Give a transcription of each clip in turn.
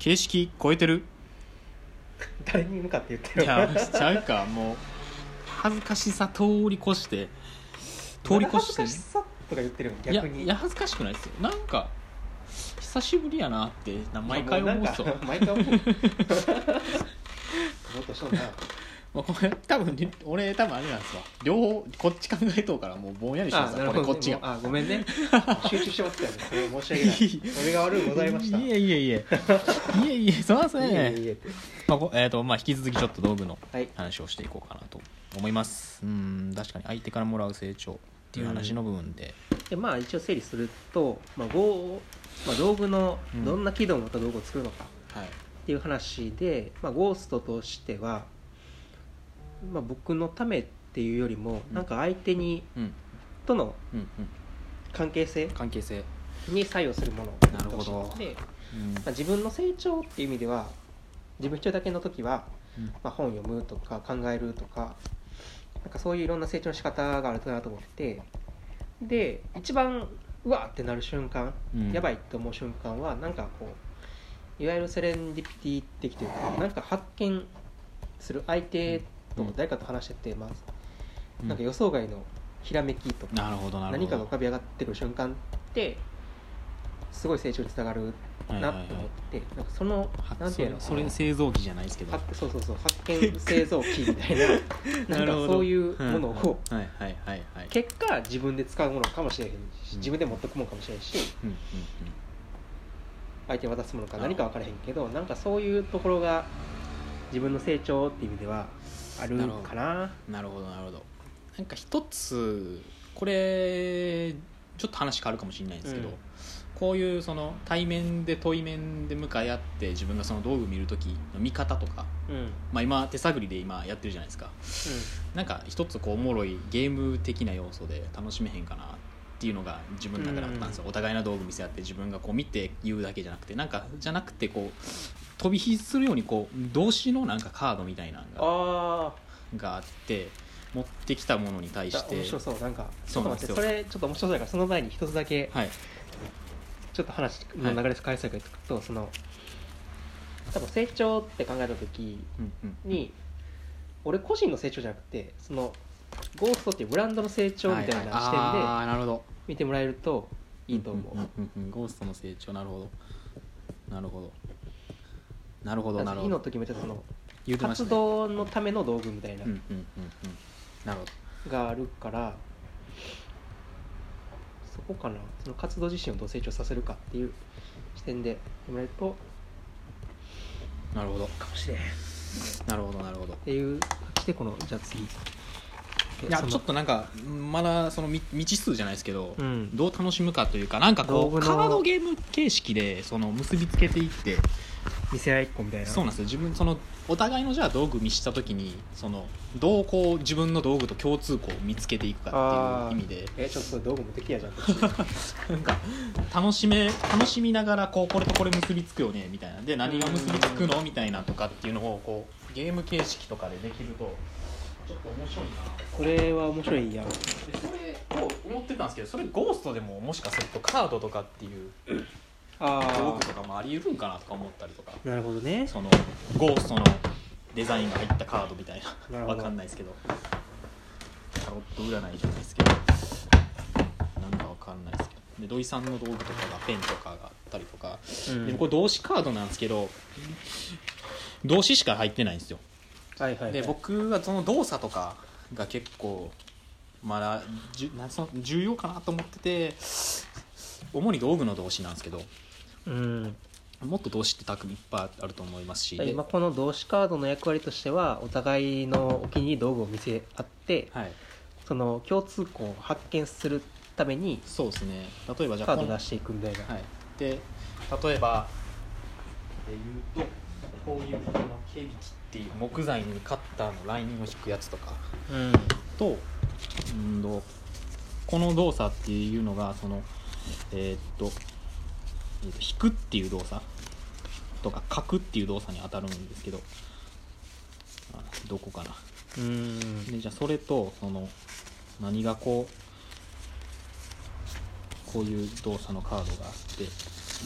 形式超えてる。 誰に向かって言ってるいやちゃうか、もう恥ずかしさ通り越して恥ずかしさとか言ってるの逆に。 いや恥ずかしくないですよ。なんか久しぶりやなって毎回思うと毎回思うもっとしとんな。 これ多分俺多分あれなんですわ、両方こっち考えとうからもうぼんやりしてますわ、これこっちが。 ごめんね集中してますからね。申し訳ない俺が悪いございました。 いえすいません。 いえ引き続きちょっと道具のはい話をしていこうかなと思います。確かに相手からもらう成長っていう話の部分で、 で一応整理すると、道具のどんな機能を持った道具を作るのかはいっていう話で、ゴーストとしては、僕のためっていうよりも、なんか相手に、との関係性に作用するものなるほどで、自分の成長っていう意味では、自分一人だけの時は、本読むとか考えるとか、なんかそういういろんな成長の仕方があるかなと思って、で一番うわってなる瞬間、やばいって思う瞬間はなんかこういわゆるセレンディピティ的というか、なんか発見する相手と誰かと話してて、なんか予想外のひらめきとか、何かが浮かび上がってくる瞬間ってすごい成長につながるなって思って、なんかそのなんていうの、 それ製造機じゃないですけど、 そう発見製造機みたいななんかそういうものを結果自分で使うものかもしれへんし、自分で持ってくものかもしれんし、相手に渡すものか何か分からへんけど、なんかそういうところが自分の成長っていう意味ではあるかな。 なるほど。なんか一つこれちょっと話変わるかもしれないんですけど、こういうその対面で対面で向かい合って自分がその道具を見るときの見方とか、今手探りで今やってるじゃないですか、なんか一つこうおもろいゲーム的な要素で楽しめへんかなっていうのが自分の中であったんですよ。お互いの道具見せ合って自分がこう見て言うだけじゃなくて、こう飛び火するようにこう動詞のなんかカードみたいなのがあって持ってきたものに対して面白そう。なんかちそうょっと待って、それちょっと面白そうだから、その前に一つだけ、ちょっと話の流れ返すかと、その多分成長って考えた時に、俺個人の成長じゃなくて、そのゴーストっていうブランドの成長みたいな視点で見てもらえるといいと思う。 ゴーストの成長、なるほど。 次の時もちょっとその言ってましたね、 活動のための道具みたいななるほどがあるから、そこかな。その活動自身をどう成長させるかっていう視点でやってもらえるとなるほどかもしれん。 なるほどっていう感じで、このじゃあ次、 いやちょっとなんかまだその未知数じゃないですけど、どう楽しむかというか、なんかこうカードゲーム形式でその結びつけていって見せ合いっ子みたいな。 そうなんですよ。自分そのお互いのじゃあ道具見したときに、そのどうこう自分の道具と共通項を見つけていくかっていう意味で、 ちょっと道具持ってきやじゃんなんか楽しみながらこれとこれ結びつくよねみたいなで、何が結びつくのみたいなとかっていうのをこうゲーム形式とかでできるとちょっと面白いな。 これは面白いやん。 でそれを思ってたんですけど、それゴーストでももしかするとカードとかっていう道具とかもあり得るんかなとか思ったりとか。 なるほどね。 そのゴーストのデザインが入ったカードみたいな、わかんないですけど、タロット占いじゃないですけど、なんかわかんないですけど、で土井さんの道具とかがペンとかがあったりとか、でもこれ動詞カードなんですけど、動詞しか入ってないんですよ。で僕はその動作とかが結構まだ重要かなと思ってて、主に道具の動詞なんですけど、もっと動詞っていっぱいあると思いますし、 今この動詞カードの役割としては、お互いのお気に入り道具を見せ合って、その共通項を発見するために、 そうですね。例えばじゃあカード出していくみたいな。 で例えばで言うと、こういうこの毛引きっていう木材にカッターのラインを引くやつとか、とこの動作っていうのがその引くっていう動作とか書くっていう動作に当たるんですけど、どこかな。でじゃあそれとその何がこういう動作のカードがあって、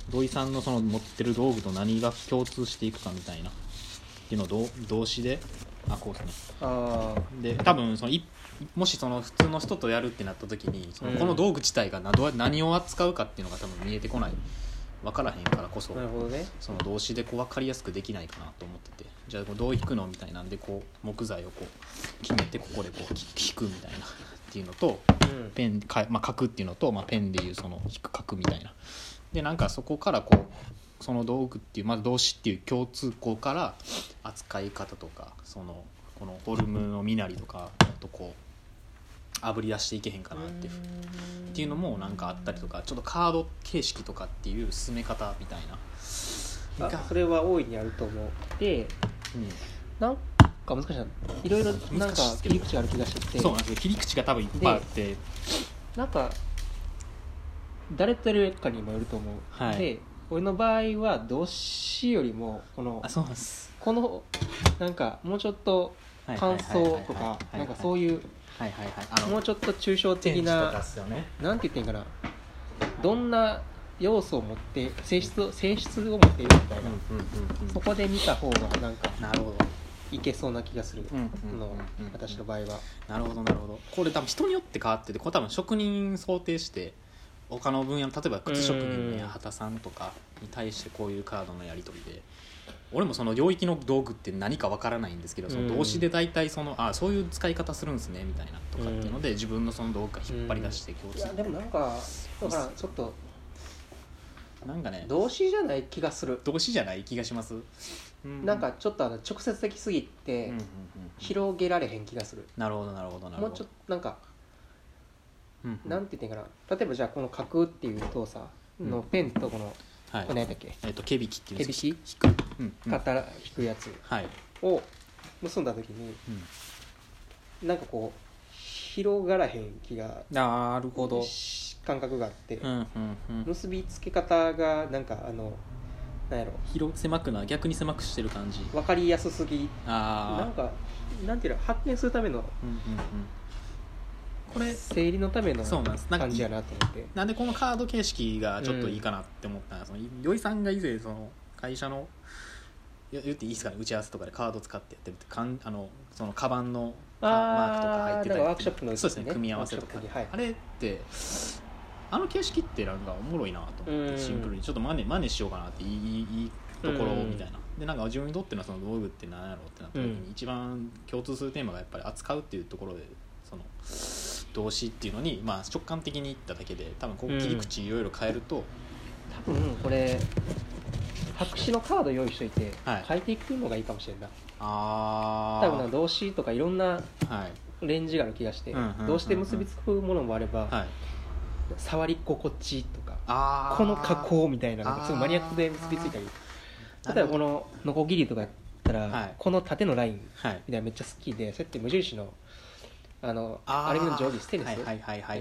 土井さんのその持ってる道具と何が共通していくかみたいなっていうのを動詞でこうですね。で多分もしその普通の人とやるってなった時にこの道具自体が何を扱うかっていうのが多分見えてこない分からへんからこそ、 なるほどね、 その動詞でこう分かりやすくできないかなと思ってて、じゃあどう引くのみたいなんでこう木材をこう決めてここでこう引くみたいなっていうのと、ペン書くっていうのと、ペンでいうその引く書くみたいなで、なんかそこからこうその道具っていうまず動詞っていう共通項から扱い方とかこのフォルムの身なりとかとこうあぶり出していけへんかなっていうのもなんかあったりとか、ちょっとカード形式とかっていう進め方みたいなそれは大いにあると思って、なんか難しいな、いろいろなんか切り口がある気がしてて、 そうなんですよ、切り口が多分いっぱいあって、 なんか誰とやるかにもよると思う、 はい、 で俺の場合は動詞よりもそうなんです、 このなんかもうちょっと感想とかなんかそういうもうちょっと抽象的な、なんて言っていいんかな、どんな要素を持って性質を持っているみたいな、そこで見た方がなんかなるほどいけそうな気がするの、私の場合は。 なるほどなるほど。これ多分人によって変わってて、これ多分職人想定して他の分野の例えば靴職人の八幡さんとかに対してこういうカードのやり取りで、俺もその領域の道具って何かわからないんですけど、その動詞で大体そういう使い方するんですねみたいなとかっていうので、自分のその道具から引っ張り出して共通、 いやでもなんかだからちょっとなんかね、 動詞じゃない気がする。 動詞じゃない気がします、 なんかちょっと直接的すぎて広げられへん気がする。 なるほどなるほどなるほど。 もうちょっとなんか、なんて言ってんかな、例えばじゃあこの書くっていう動作のペンとこの、これ何やったっけ、 毛引きっていうんです毛引き引く、 肩引くやつを結んだ時に、なんかこう広がらへん気が、 なるほど、 感覚があって、結びつけ方がなんかなんやろ、 逆に狭くしてる感じ、 分かりやすすぎ、なんかなんていうの、発見するための、これ整理のための感じやなと思って、 なんでこのカード形式がちょっといいかなって思ったのが、よいさんが以前その会社の言っていいですかね、打ち合わせとかでカード使ってやってるってそのカバンのマークとか入ってたり、 ワークショップの、 そうですね、組み合わせとか、あれって形式ってなんかおもろいなと思って、シンプルにちょっと真似しようかなっていいところみたいな、でなんか自分にとってのその道具って何やろうってなった時に、一番共通するテーマがやっぱり扱うっていうところで、その動詞っていうのに、直感的にいっただけで、多分こう切り口いろいろ変えると、 多分これ白紙のカード用意しといて、書いていくのがいいかもしれんな。多分動詞とかいろんなレンジがある気がして、どうして結びつくものもあれば、触り心地とかこの加工みたいな、すごいマニアックで結びついたり、例えばこのノコギリとかやったら、この縦のラインみたいなめっちゃ好きで、そうやって無印のアルミの定規、ステンレス定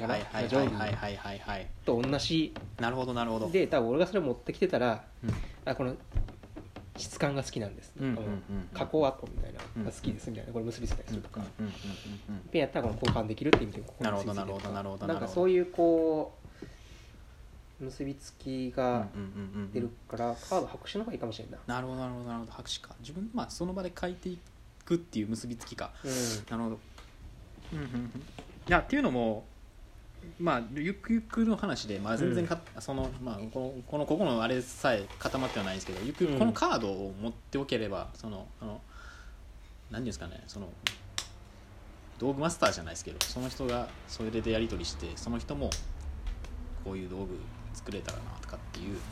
規と同じで、多分俺がそれ持ってきてたら、この質感が好きなんです、加工跡みたいなのが好きですみたいな、これ結びつけたりするとか、ペンやったらこの交換できるって意味でここに結びついてるとか、なんかそういうこう結びつきが出るから、カード白紙の方がいいかもしれんな。 なるほど白紙か、自分その場で書いていくっていう結びつきか、なるほど。いやっていうのも、ゆくゆくの話で、全然ここのあれさえ固まってはないんですけど、ゆくゆくこのカードを持っておければ、何ですかね、道具マスターじゃないですけど、その人がそれでやり取りして、その人もこういう道具作れたらなとかっていう、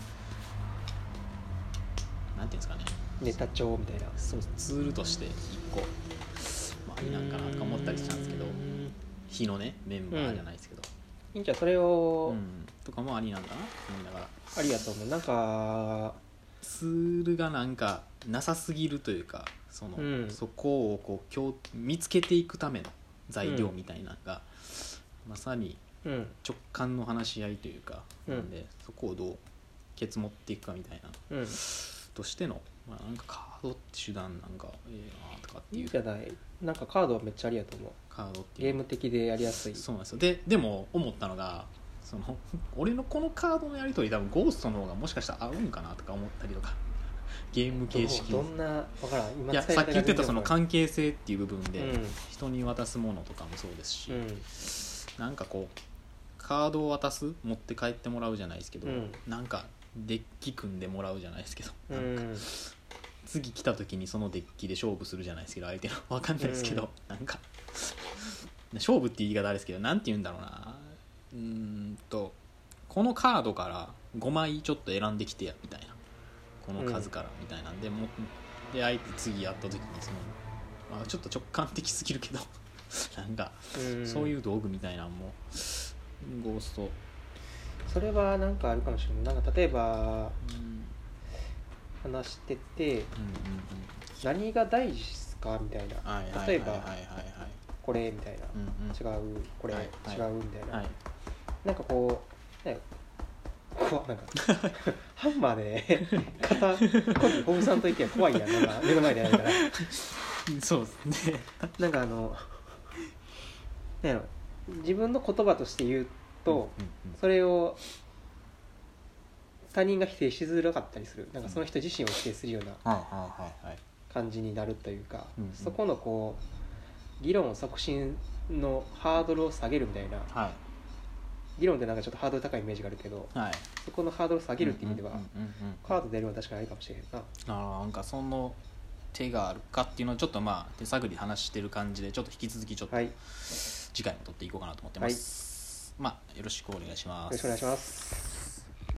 なんていうんですかね、 ネタ帳みたいな、 そうツールとして一個ありなんかなとか思ったりしたんですけど、日のねメンバーじゃないですけど、 いいんじゃんそれを、 とかもありなんだなと思いながら、 ありがとう。なんかツールがなんかなさすぎるというか、そこをこう見つけていくための材料みたいなのが、まさに直感の話し合いというか、なんでそこをどうケツ持っていくかみたいな、としての、なんかカードって手段なんかなとかっていう。 いいじゃない。なんかカードはめっちゃありやと思う。 カードっていうゲーム的でやりやすい。 そうなんですよ。でも思ったのが、 その俺のこのカードのやり取り多分ゴーストの方がもしかしたら合うんかなとか思ったりとかゲーム形式どんな分からん今いやさっき言ってたその感関係性っていう部分で、 うん人に渡すものとかもそうですし、 うんなんかこうカードを渡す持って帰ってもらうじゃないですけど、 うんなんかデッキ組んでもらうじゃないですけど、 うなんかん次来た時にそのデッキで勝負するじゃないですけど相手の分かんないですけど、なんか勝負っていう言い方あれですけどなんて言うんだろうな、このカードから5枚ちょっと選んできてやみたいな、この数からみたいなんで、もで相手次やった時にその、まあ、ちょっと直感的すぎるけどなんか、そういう道具みたいなのもゴースト、 それはなんかあるかもしれない。なんか例えば話してて何が大事ですかみたいな、例えばこれみたいな、違うこれ、 はい違うみたいな、 はいなんかこう、ね、こうなんかハンマーで肩こぎほぐさんといては怖いやん、なんか目の前でやるからそうですねなんかなんやろ、自分の言葉として言うと、それを他人が否定しづらかったりする、なんかその人自身を否定するような感じになるというか、そこのこう議論促進のハードルを下げるみたいな、 はい議論ってなんかちょっとハードル高いイメージがあるけど、 はい、 そこのハードルを下げるっていう意味では、カードでやるのは確かにありかもしれへんな。 なんかその手があるかっていうのをちょっとまあ手探りで話してる感じで、ちょっと引き続きちょっと次回も撮っていこうかなと思ってます、まあよろしくお願いします。 よろしくお願いします。